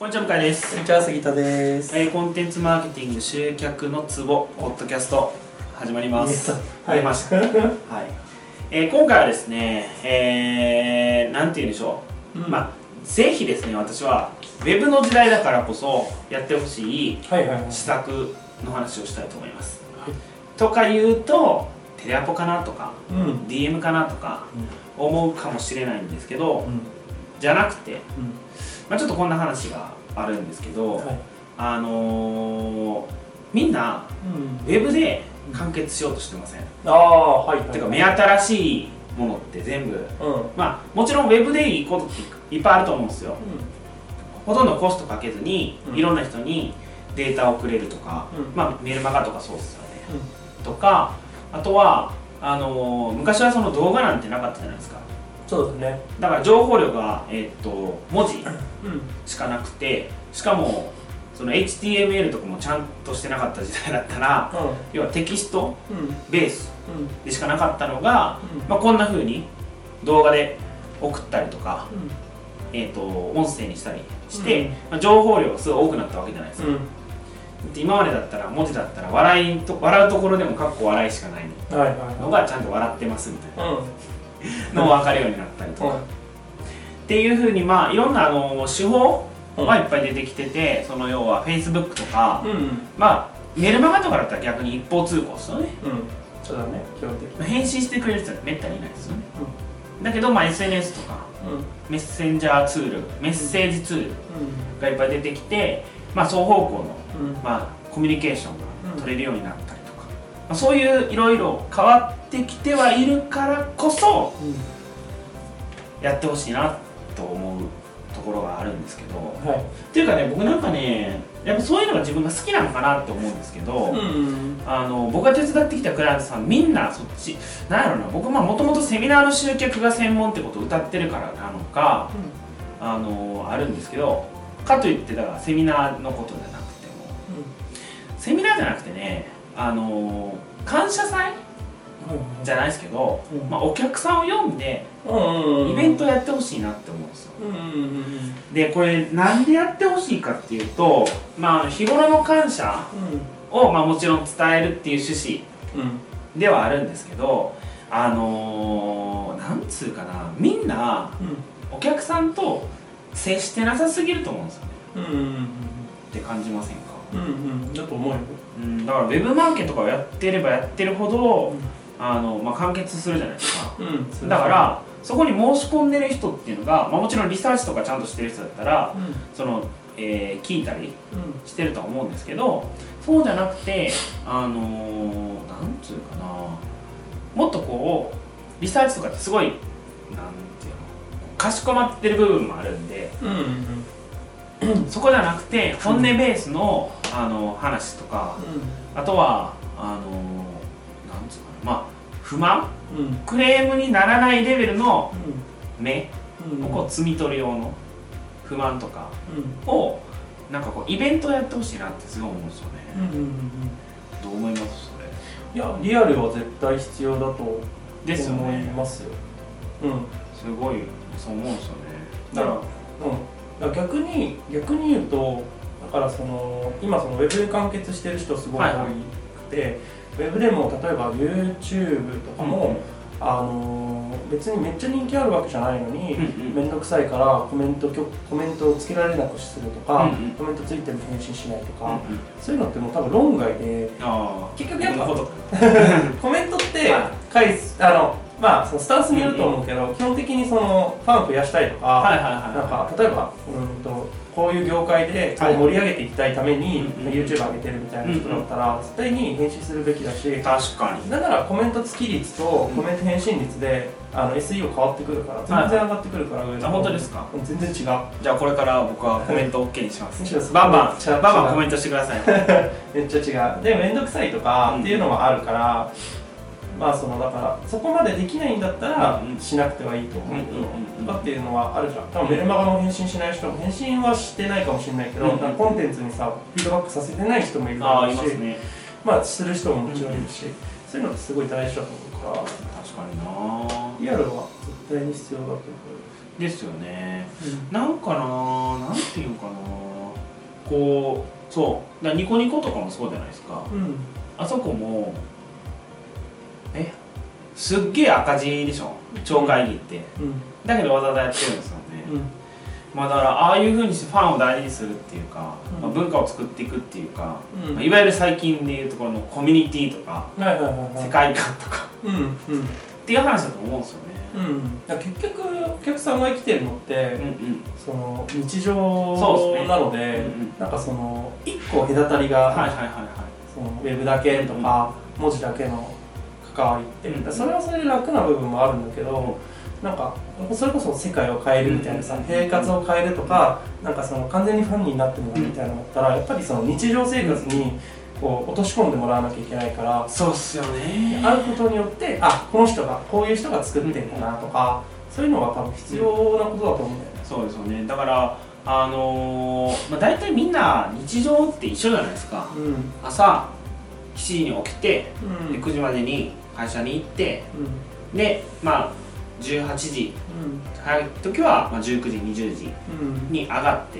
こんにちは、向井です。 こんにちは、杉田です。 コンテンツマーケティング集客のツボポッドキャスト始まります。 はい、 ました。はい。今回はですね、なんて言うんでしょう。ぜひですね、私はウェブの時代だからこそやってほしい施策の話をしたいと思います。とか言うとテレアポかなとか、DM かなとか思うかもしれないんですけど、じゃなくて、ちょっとこんな話があるんですけど、みんな、ウェブで完結しようとしてません？てか目新しいものって全部、もちろんウェブでいいことっていっぱいあると思うんですよ。ほとんどコストかけずに、いろんな人にデータをくれるとか、メルマガとかそうですよね、とか、あとは昔はその動画なんてなかったじゃないですか。 そうですね。 だから情報量が、文字しかなくて、しかもその HTML とかもちゃんとしてなかった時代だったら、要はテキストベースでしかなかったのが、こんな風に動画で送ったりとか、音声にしたりして、情報量がすごい多くなったわけじゃないですか。今までだったら文字だったら笑うところでもかっこ笑いしかないのがちゃんと笑ってますみたいなのを分かるようになったりとか、っていうふうにいろんな手法はいっぱい出てきてて、その要は Facebook とか、メルマガとかだったら逆に一方通行ですよね。 そうだね、基本的に返信してくれる人はめったにいないですよね。だけどSNS とかメッセンジャーツール、メッセージツールがいっぱい出てきて、双方向のコミュニケーションが取れるようになったりとか、そういういろいろ変わってきてはいるからこそやってほしいなと思うところがあるんですけど、っていうかね、僕なんかね、やっぱそういうのが自分が好きなのかなって思うんですけど、僕が手伝ってきたクライアントさんみんなそっちなんやろな、僕もともとセミナーの集客が専門ってことを謳ってるからなのか、あるんですけど、かといってだからセミナーのことじゃなくても、セミナーじゃなくてね、感謝祭じゃないですけど、お客さんを呼んでイベントやってほしいなって思うんですよ。でこれなんでやってほしいかっていうと、日頃の感謝をもちろん伝えるっていう趣旨ではあるんですけど、なんつうかな、みんなお客さんと接してなさすぎると思うんですよね。って感じませんか？ だと思うよ。 だからウェブマーケとかをやってればやってるほど、完結するじゃないですか。だからそこに申し込んでる人っていうのが、もちろんリサーチとかちゃんとしてる人だったら、聞いたりしてるとは思うんですけど、そうじゃなくて、なんつうかな、もっとこうリサーチとかってすごいなんていうの、かしこまってる部分もあるんで、そこじゃなくて本音ベースの、話とか、あとはなんつうかな、不満、クレームにならないレベルの目をこう摘み取る用の不満とかをなんかこうイベントをやってほしいなってすごい思うんですよね。どう思います？それ。 いや、リアルは絶対必要だと思いますよ。 すごいそう思うんですよね。 だから逆に言うと、だから今ウェブで完結してる人すごい多くて、ウェブでも例えば YouTube とかも、別にめっちゃ人気あるわけじゃないのに、面倒くさいからコメントをつけられなくするとか、コメントついても返信しないとか、そういうのってもう多分論外で、結局やっぱコメントって返すそのスタンスによると思うけど、基本的にファン増やしたいとか、なんか例えばこういう業界で盛り上げていきたいために YouTube 上げてるみたいな人だったら絶対に返信するべきだし、 確かに。 だからコメント付き率とコメント返信率でSEO 変わってくるから、全然上がってくるから。 本当ですか？ 全然違う。 じゃあこれから僕はコメント OK にします。バンバンコメントしてください。 めっちゃ違う。でめんどくさいとかっていうのもあるから、だからそこまでできないんだったらしなくてはいいと思うけど、っていうのはあるじゃん。多分メルマガの返信しない人も、返信はしてないかもしれないけど、コンテンツにさフィードバックさせてない人もいるだろうし、する人ももちろんいるし、そういうのってすごい大事だと思うから。 確かにな。 リアルは絶対に必要だと思う。 ですよね、なんかなんていうかな、こうそうだニコニコとかもそうじゃないですか、あそこもすっげえ赤字でしょ超会議って、だけどわざわざやってるんですよね、まあだからああいう風にしてファンを大事にするっていうか、まあ、文化を作っていくっていうか、まあ、いわゆる最近でいうところのコミュニティとか、世界観とか、っていう話だと思うんですよね。 結局お客さんが生きてるのって、その日常なので、なんかその一個隔たりがそのウェブだけとか文字だけの関わりって、それはそれで楽な部分もあるんだけど、なんかそれこそ世界を変えるみたいなさ、生活を変えるとか、なんかその完全にファンになってもらうみたいなのだったら、やっぱりその日常生活にこう落とし込んでもらわなきゃいけないから、 そうっすよね。 あることによって、あ、この人がこういう人が作ってんだなとか、そういうのは多分必要なことだと思うんだよね。 そうですよね。だからまあ、大体みんな日常って一緒じゃないですか、朝7時に起きて、で9時までに会社に行って、でまあ18時、早い時はまあ19時20時に上がって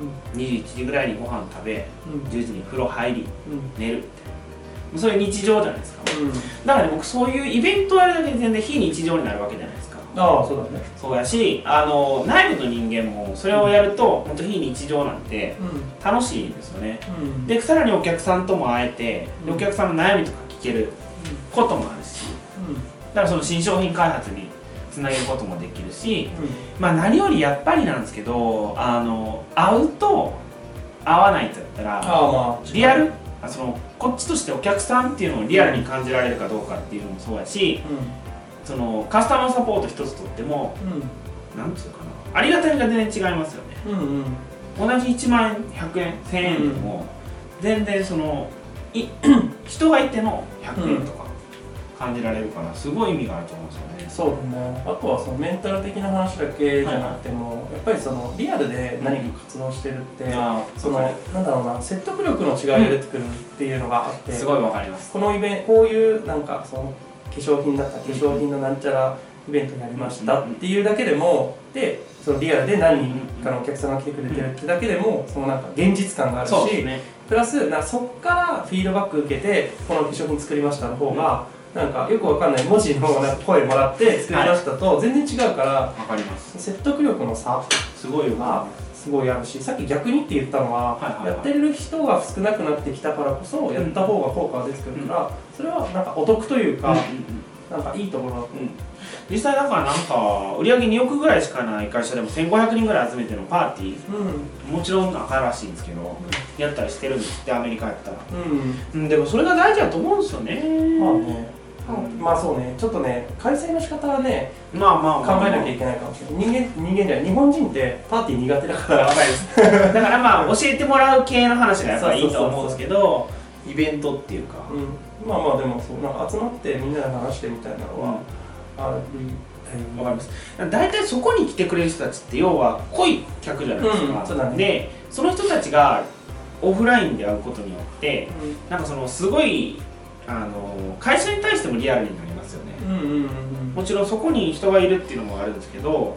、21時ぐらいにご飯食べ、10時に風呂入り、寝るってそういう日常じゃないですか、だから、ね、僕そういうイベントをやるだけで全然非日常になるわけじゃないですか。 ああ、そうだね。 そうやし、内部の人間もそれをやると本当非日常なんで楽しいですよね、でさらにお客さんとも会えて、お客さんの悩みとか聞けることもあるし、だからその新商品開発につなげることもできるし、まあ何よりやっぱりなんですけど、会うと会わないってやったら、リアル、こっちとしてお客さんっていうのをリアルに感じられるかどうかっていうのもそうやし、そのカスタマーサポート一つとっても、なんていうかな、ありがたみが全然違いますよね、同じ1万円100円1000円でも、全然その人がいての100円とか感じられるから、すごい意味があると思うんですよね。 そうだね。あとはそのメンタル的な話だけじゃなくても、やっぱりそのリアルで何か活動してるって、そのなんだろうな、説得力の違いが出てくるっていうのがあって、 すごいわかります。 このイベント、こういうなんかその化粧品だったら化粧品のなんちゃらイベントやりましたっていうだけでも、でそのリアルで何人かのお客さんが来てくれてるってだけでも、そのなんか現実感があるし、プラスそこからフィードバック受けてこの化粧品作りましたの方が、なんかよくわかんない文字のなんか声もらって作り出したと全然違うから、 わかります。 説得力の差すごいよな。 すごいあるし、さっき逆にって言ったのは、やってる人が少なくなってきたからこそやった方が効果が出てくるから、それはなんかお得というか、なんかいいところだと思う。 実際だからなんか売り上げ2億ぐらいしかない会社でも1500人ぐらい集めてのパーティー、もちろん赤らしいんですけど、やったりしてるんですって、アメリカやったら。でもそれが大事だと思うんですよね。まあそうね、ちょっとね、開催の仕方はね、考えなきゃいけないかもしれない。人間じゃない、日本人ってパーティー苦手だから。だからまあ教えてもらう系の話がやっぱりいいと思うんですけど、イベントっていうか、 まあまあでもそう、なんか集まってみんなで話してみたいなのはある。 わかります。大体そこに来てくれる人たちって要は濃い客じゃないですか。で、その人たちがオフラインで会うことによって、なんかそのすごい会社に対してもリアルになりますよね。もちろんそこに人がいるっていうのもあるんですけど、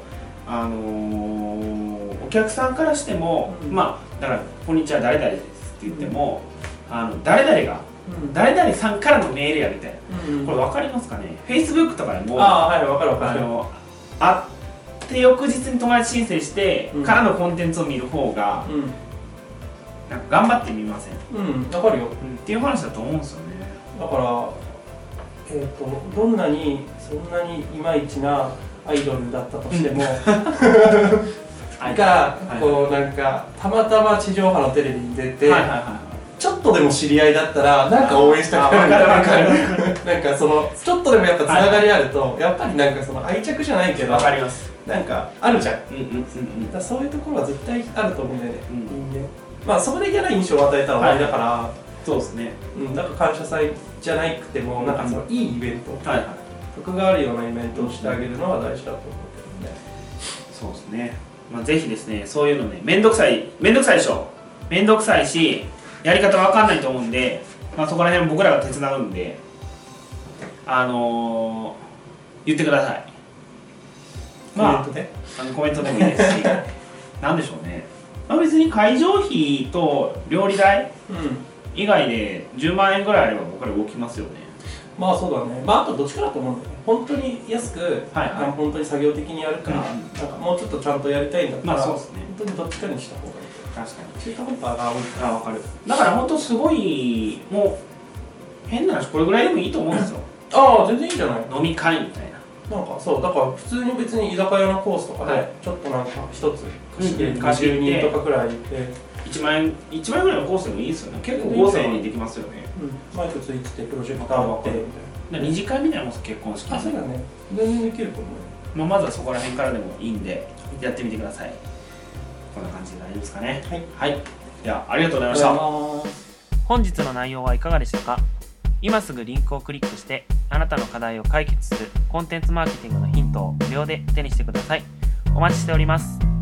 お客さんからしても、まあだから「こんにちは誰々です」って言っても、誰々が誰々さんからのメールやみたいな、これ分かりますかね。 Facebook とかでも会って翌日に友達申請してからのコンテンツを見る方がなんか頑張ってみません？ 分かるよっていう話だと思うんですよね。 だからどんなにそんなにいまいちなアイドルだったとしてもがこうなんかたまたま地上波のテレビに出てちょっとでも知り合いだったらなんか応援したくなる。なんかそのちょっとでもやっぱつながりあるとやっぱりなんかその愛着じゃないけどなんかあるじゃん。だそういうところは絶対あると思うんだよね。まあそこで嫌な印象を与えたら終わりだから。 そうですね。 なんか感謝祭じゃなくてもなんかそのいいイベント、得があるようなイベントをしてあげるのは大事だと思うけどね。 そうですね。まあぜひですね、そういうのね、めんどくさいでしょ。めんどくさいし、やり方わかんないと思うんで、まあそこら辺僕らが手伝うんで、言ってください。 コメントでもいいですしなんでしょうね、別に会場費と料理代以外で10万円ぐらいあれば僕ら動きますよね。 そうだね。あとどっちかだと思うんだよね。本当に安く、本当に作業的にやるか、なんかもうちょっとちゃんとやりたいんだったら、 そうですね。 本当にどっちかにした方がいい。 確かに。 中途半端が多いから。 分かる。だから本当すごいもう変な話これぐらいでもいいと思うんですよ。 全然いいんじゃない？ 飲み会みたいな。 なんかそうだから普通に別に居酒屋のコースとかでちょっとなんか一つ貸して20人とかくらいで 1万円ぐらいのコースでもいいですよね。結構豪勢にできますよね。 マイクついててプロジェクター持ってみたいな。 二次会みたいなもん結婚式。 そうだね。全然できると思う。 まずはそこら辺からでもいいんでやってみてください。こんな感じで大丈夫ですかね。はい。ではありがとうございました。本日の内容はいかがでしたか？今すぐリンクをクリックしてあなたの課題を解決するコンテンツマーケティングのヒントを無料で手にしてください。お待ちしております。